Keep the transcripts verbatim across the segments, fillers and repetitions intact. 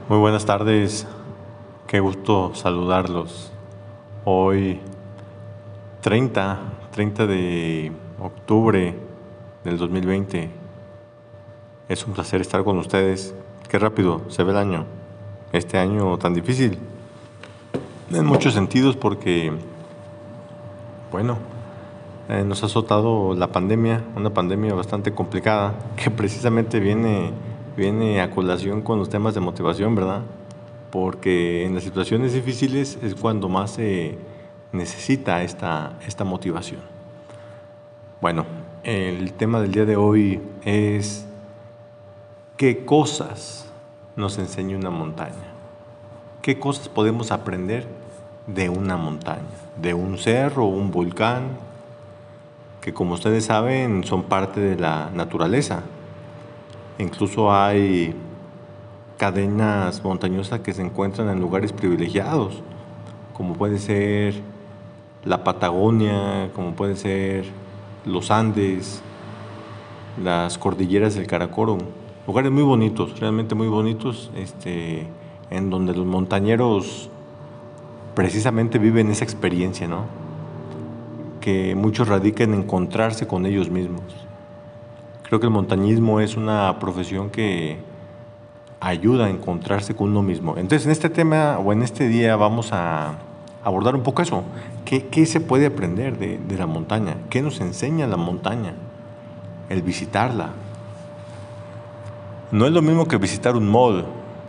Muy buenas tardes, qué gusto saludarlos. Hoy treinta, treinta de octubre del dos mil veinte. Es un placer estar con ustedes. Qué rápido se ve el año. Este año tan difícil. En muchos sentidos porque, bueno, eh, nos ha azotado la pandemia, una pandemia bastante complicada que precisamente viene, viene a colación con los temas de motivación, ¿verdad? Porque en las situaciones difíciles es cuando más se necesita esta, esta motivación. Bueno, el tema del día de hoy es qué cosas nos enseña una montaña. ¿Qué cosas podemos aprender de una montaña? De un cerro o un volcán, que como ustedes saben son parte de la naturaleza. Incluso hay cadenas montañosas que se encuentran en lugares privilegiados, como puede ser la Patagonia, como puede ser los Andes, las cordilleras del Karakorum, lugares muy bonitos, realmente muy bonitos, este, en donde los montañeros precisamente viven esa experiencia, ¿no? Que muchos radican en encontrarse con ellos mismos. Creo que el montañismo es una profesión que ayuda a encontrarse con uno mismo. Entonces, en este tema o en este día vamos a abordar un poco eso. ¿Qué, qué se puede aprender de, de la montaña? ¿Qué nos enseña la montaña? El visitarla. No es lo mismo que visitar un mall.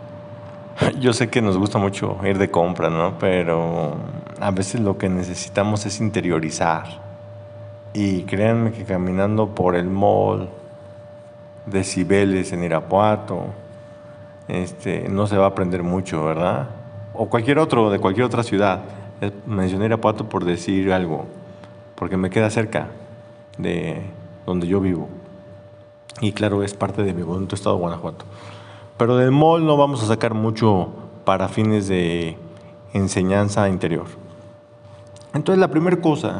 Yo sé que nos gusta mucho ir de compra, ¿no? Pero a veces lo que necesitamos es interiorizar. Y créanme que caminando por el mall de Cibeles en Irapuato, este, no se va a aprender mucho, ¿verdad? O cualquier otro, de cualquier otra ciudad. Mencioné Irapuato por decir algo, porque me queda cerca de donde yo vivo. Y claro, es parte de mi bonito estado de Guanajuato. Pero del mall no vamos a sacar mucho para fines de enseñanza interior. Entonces la primera cosa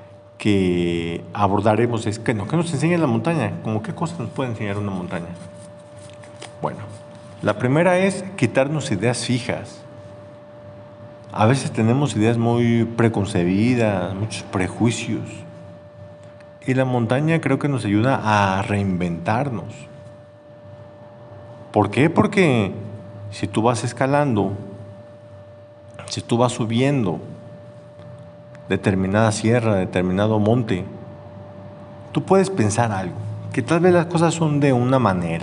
que abordaremos es ¿qué, no? ¿Qué nos enseña la montaña? ¿Cómo qué cosas nos puede enseñar una montaña? Bueno, la primera es quitarnos ideas fijas. A veces tenemos ideas muy preconcebidas, muchos prejuicios. Y la montaña creo que nos ayuda a reinventarnos. ¿Por qué? Porque si tú vas escalando, si tú vas subiendo determinada sierra, determinado monte, tú puedes pensar algo, que tal vez las cosas son de una manera,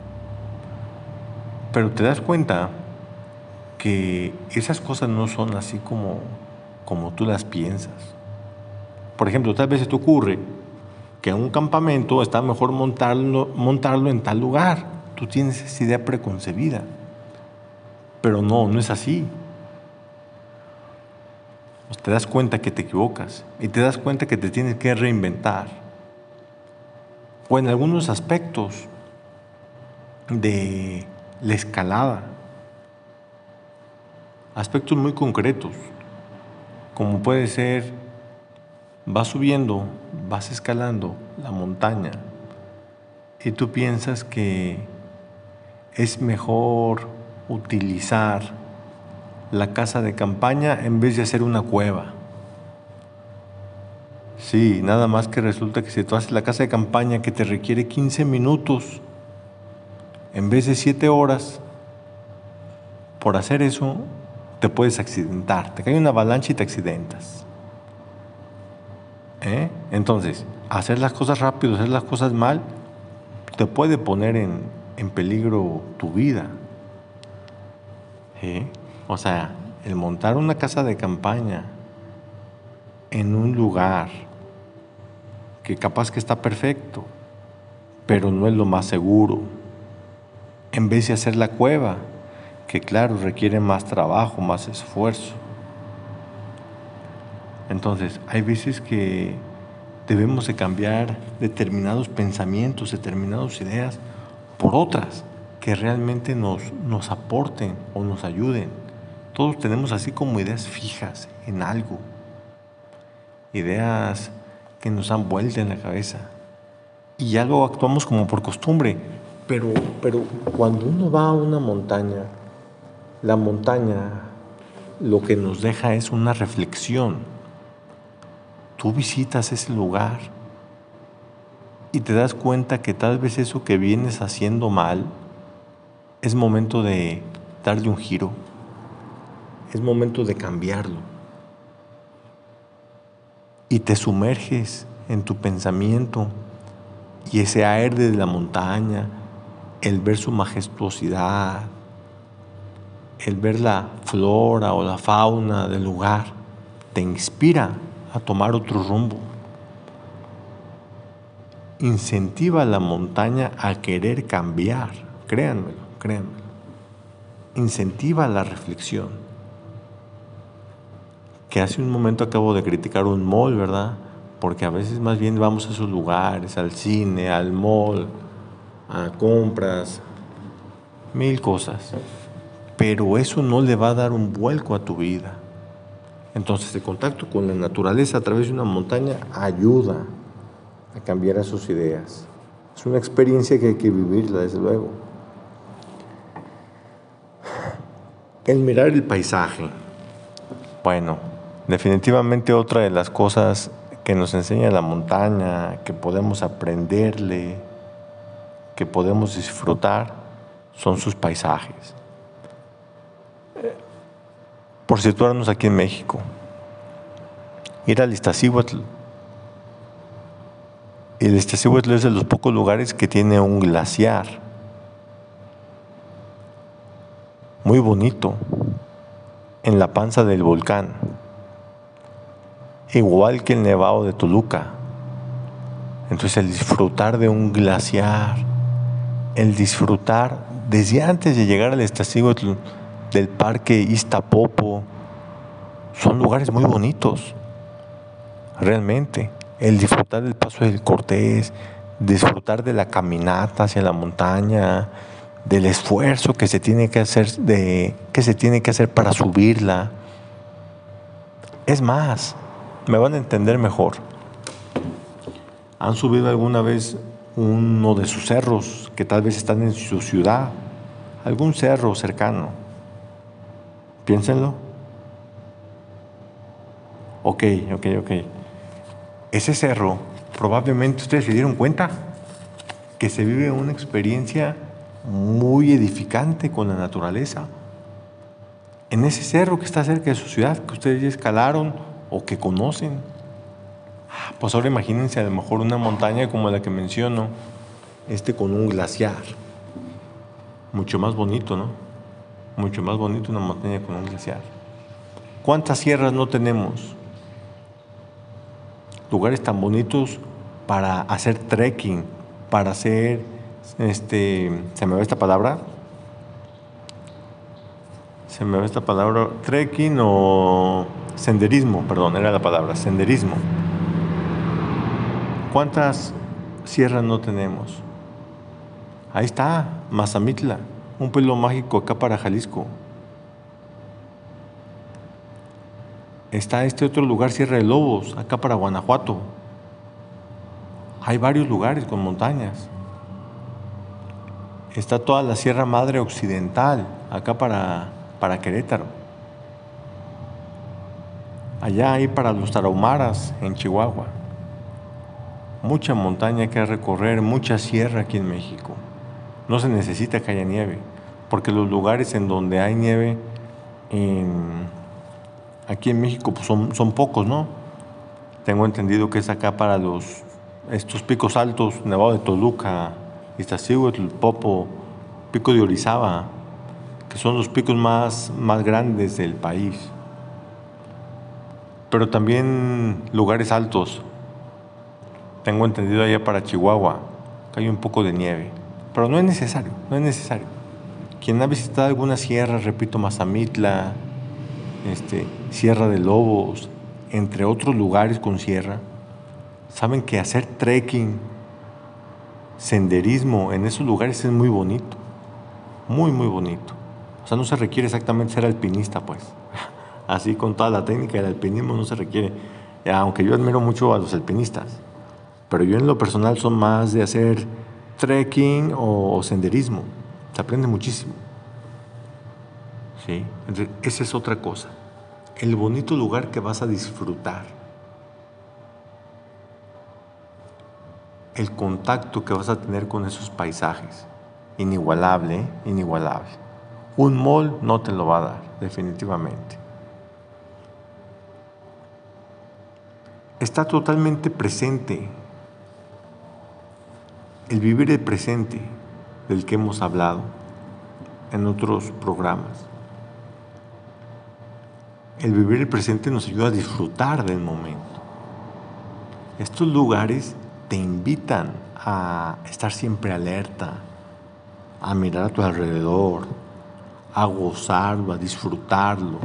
pero te das cuenta que esas cosas no son así como, como tú las piensas. Por ejemplo, tal vez se te ocurre que en un campamento está mejor montarlo, montarlo en tal lugar. Tú tienes esa idea preconcebida, pero no, no es así. Pues te das cuenta que te equivocas y te das cuenta que te tienes que reinventar. O en algunos aspectos de la escalada, aspectos muy concretos, como puede ser, vas subiendo, vas escalando la montaña y tú piensas que es mejor utilizar la casa de campaña en vez de hacer una cueva. Sí, nada más que resulta que si tú haces la casa de campaña que te requiere quince minutos en vez de siete horas, por hacer eso te puedes accidentar, te cae una avalancha y te accidentas. ¿Eh? Entonces, hacer las cosas rápido, hacer las cosas mal, te puede poner en, en peligro tu vida. ¿Eh? O sea, el montar una casa de campaña en un lugar que capaz que está perfecto, pero no es lo más seguro, en vez de hacer la cueva, que claro, requiere más trabajo, más esfuerzo. Entonces, hay veces que debemos de cambiar determinados pensamientos, determinadas ideas por otras que realmente nos, nos aporten o nos ayuden. Todos tenemos así como ideas fijas en algo, ideas que nos han vuelto en la cabeza y ya luego actuamos como por costumbre. Pero, pero cuando uno va a una montaña La montaña lo que nos deja es una reflexión. Tú visitas ese lugar y te das cuenta que tal vez eso que vienes haciendo mal es momento de darle un giro, es momento de cambiarlo. Y te sumerges en tu pensamiento y ese aire de la montaña, el ver su majestuosidad, el ver la flora o la fauna del lugar, te inspira a tomar otro rumbo. Incentiva a la montaña a querer cambiar, créanmelo, créanmelo. Incentiva la reflexión. Que hace un momento acabo de criticar un mall, ¿verdad? Porque a veces más bien vamos a esos lugares, al cine, al mall, a compras, mil cosas. Pero eso no le va a dar un vuelco a tu vida. Entonces el contacto con la naturaleza a través de una montaña ayuda a cambiar a sus ideas. Es una experiencia que hay que vivirla, desde luego. El mirar el paisaje. Bueno, definitivamente otra de las cosas que nos enseña la montaña, que podemos aprenderle, que podemos disfrutar, son sus paisajes. Por situarnos aquí en México, ir al Iztaccíhuatl. El Iztaccíhuatl es de los pocos lugares que tiene un glaciar muy bonito en la panza del volcán, igual que el Nevado de Toluca. Entonces el disfrutar de un glaciar, el disfrutar desde antes de llegar al Iztaccíhuatl del parque Iztapopo, son lugares muy bonitos, realmente. El disfrutar del Paso del Cortés, disfrutar de la caminata hacia la montaña, del esfuerzo que se tiene que hacer, de, que se tiene que hacer para subirla. Es más, me van a entender mejor. ¿Han subido alguna vez uno de sus cerros que tal vez están en su ciudad? Algún cerro cercano. Piénsenlo. Ok, ok, ok. Ese cerro, probablemente ustedes se dieron cuenta que se vive una experiencia muy edificante con la naturaleza. En ese cerro que está cerca de su ciudad, que ustedes ya escalaron o que conocen. Pues ahora imagínense a lo mejor una montaña como la que menciono, este con un glaciar. Mucho más bonito, ¿no? Mucho más bonito una montaña con un glaciar. ¿Cuántas sierras no tenemos? Lugares tan bonitos para hacer trekking, para hacer, este, se me va esta palabra, se me va esta palabra, trekking o senderismo, perdón, era la palabra, senderismo. ¿Cuántas sierras no tenemos? Ahí está, Mazamitla, un pueblo mágico acá para Jalisco. Está este otro lugar, Sierra de Lobos, acá para Guanajuato. Hay varios lugares con montañas. Está toda la Sierra Madre Occidental, acá para, para Querétaro. Allá hay para los Tarahumaras, en Chihuahua. Mucha montaña que recorrer, mucha sierra aquí en México. No se necesita que haya nieve, porque los lugares en donde hay nieve en... aquí en México pues son, son pocos, ¿no? Tengo entendido que es acá para los estos picos altos, Nevado de Toluca, Iztaccíhuatl, Popo, Pico de Orizaba, que son los picos más, más grandes del país. Pero también lugares altos. Tengo entendido allá para Chihuahua, que hay un poco de nieve. Pero no es necesario, no es necesario. Quien ha visitado algunas sierras, repito, Mazamitla, Este, Sierra de Lobos, entre otros lugares con sierra, saben que hacer trekking, senderismo en esos lugares es muy bonito, muy muy bonito. O sea, no se requiere exactamente ser alpinista, pues. Así con toda la técnica del alpinismo no se requiere. Aunque yo admiro mucho a los alpinistas, pero yo en lo personal son más de hacer trekking o senderismo. Se aprende muchísimo. ¿sí? Entonces, esa es otra cosa. El bonito lugar que vas a disfrutar. El contacto que vas a tener con esos paisajes. Inigualable, ¿eh? Inigualable. Un mall no te lo va a dar, definitivamente. Está totalmente presente. El vivir el presente del que hemos hablado en otros programas. El vivir el presente nos ayuda a disfrutar del momento. Estos lugares te invitan a estar siempre alerta, a mirar a tu alrededor, a gozarlo, a disfrutarlo.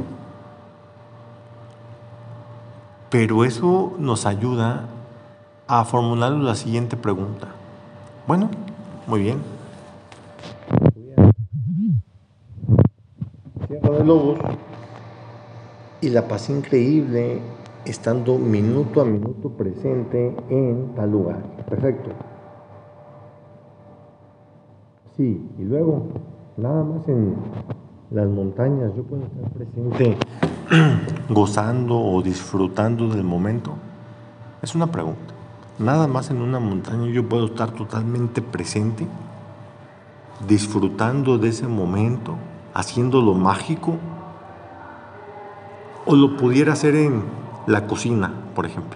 Pero eso nos ayuda a formular la siguiente pregunta. Bueno, muy bien. Sierra de Lobos y la pasé increíble estando minuto a minuto presente en tal lugar. Perfecto. Sí, y luego, nada más en las montañas yo puedo estar presente gozando o disfrutando del momento. Es una pregunta. Nada más en una montaña yo puedo estar totalmente presente, disfrutando de ese momento, haciéndolo mágico. O lo pudiera hacer en la cocina, por ejemplo.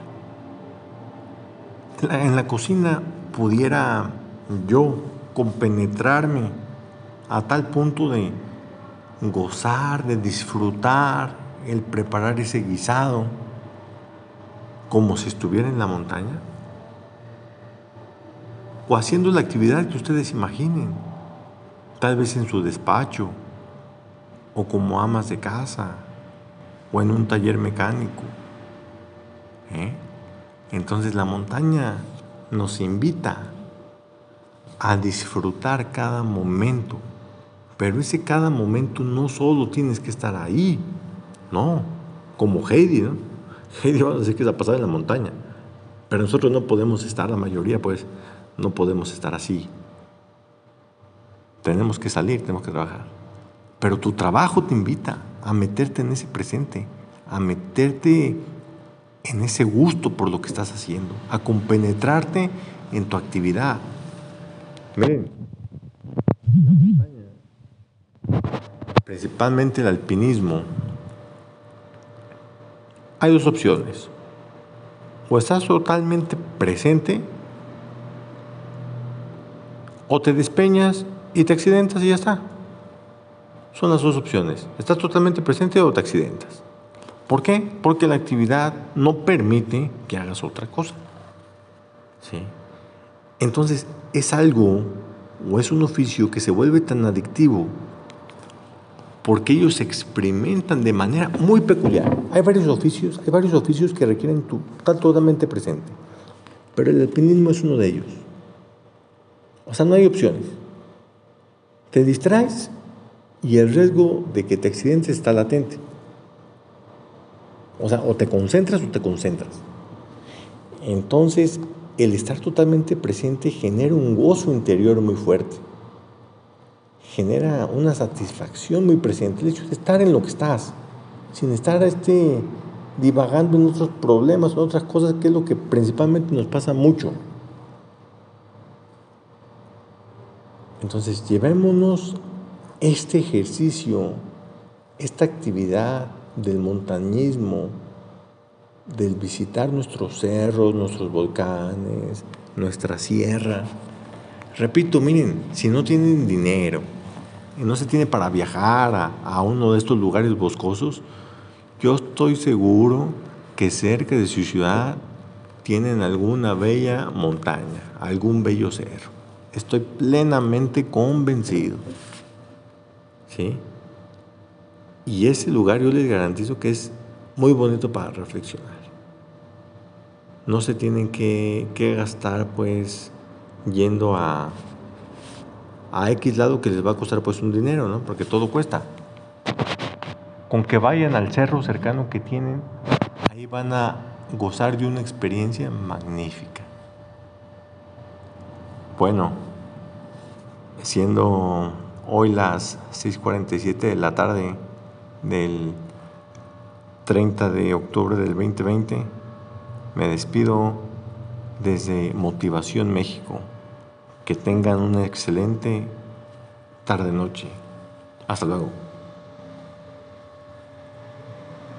En la cocina pudiera yo compenetrarme a tal punto de gozar, de disfrutar el preparar ese guisado como si estuviera en la montaña, o haciendo la actividad que ustedes imaginen, tal vez en su despacho, o como amas de casa, o en un taller mecánico. ¿Eh? Entonces la montaña nos invita a disfrutar cada momento, pero ese cada momento no solo tienes que estar ahí, no, como Heidi, ¿no? Heidi va a decir que es a pasar en la montaña, pero nosotros no podemos estar, la mayoría pues no podemos estar así. Tenemos que salir, tenemos que trabajar, pero tu trabajo te invita a meterte en ese presente, a meterte en ese gusto por lo que estás haciendo, a compenetrarte en tu actividad. Miren, la montaña, principalmente el alpinismo, hay dos opciones. O estás totalmente presente, o te despeñas y te accidentas y ya está. Son las dos opciones. Estás totalmente presente o te accidentas. ¿Por qué? Porque la actividad no permite que hagas otra cosa. ¿Sí? Entonces, es algo o es un oficio que se vuelve tan adictivo porque ellos experimentan de manera muy peculiar. Hay varios oficios, hay varios oficios que requieren tu estar totalmente presente, pero el alpinismo es uno de ellos. O sea, no hay opciones. Te distraes y el riesgo de que te accidentes está latente. O sea, o te concentras o te concentras. Entonces, el estar totalmente presente genera un gozo interior muy fuerte. Genera una satisfacción muy presente. El hecho de estar en lo que estás, sin estar este, divagando en otros problemas, en otras cosas, que es lo que principalmente nos pasa mucho. Entonces, llevémonos este ejercicio, esta actividad del montañismo, del visitar nuestros cerros, nuestros volcanes, nuestra sierra. Repito, miren, si no tienen dinero y no se tiene para viajar a, a uno de estos lugares boscosos, yo estoy seguro que cerca de su ciudad tienen alguna bella montaña, algún bello cerro. Estoy plenamente convencido. ¿Sí? Y ese lugar yo les garantizo que es muy bonito para reflexionar. No se tienen que, que gastar pues yendo a, a X lado que les va a costar pues un dinero, ¿no? Porque todo cuesta. Con que vayan al cerro cercano que tienen, ahí van a gozar de una experiencia magnífica. Bueno, siendo hoy las seis cuarenta y siete de la tarde, del treinta de octubre del veinte veinte. Me despido desde Motivación México. Que tengan una excelente tarde-noche. Hasta luego.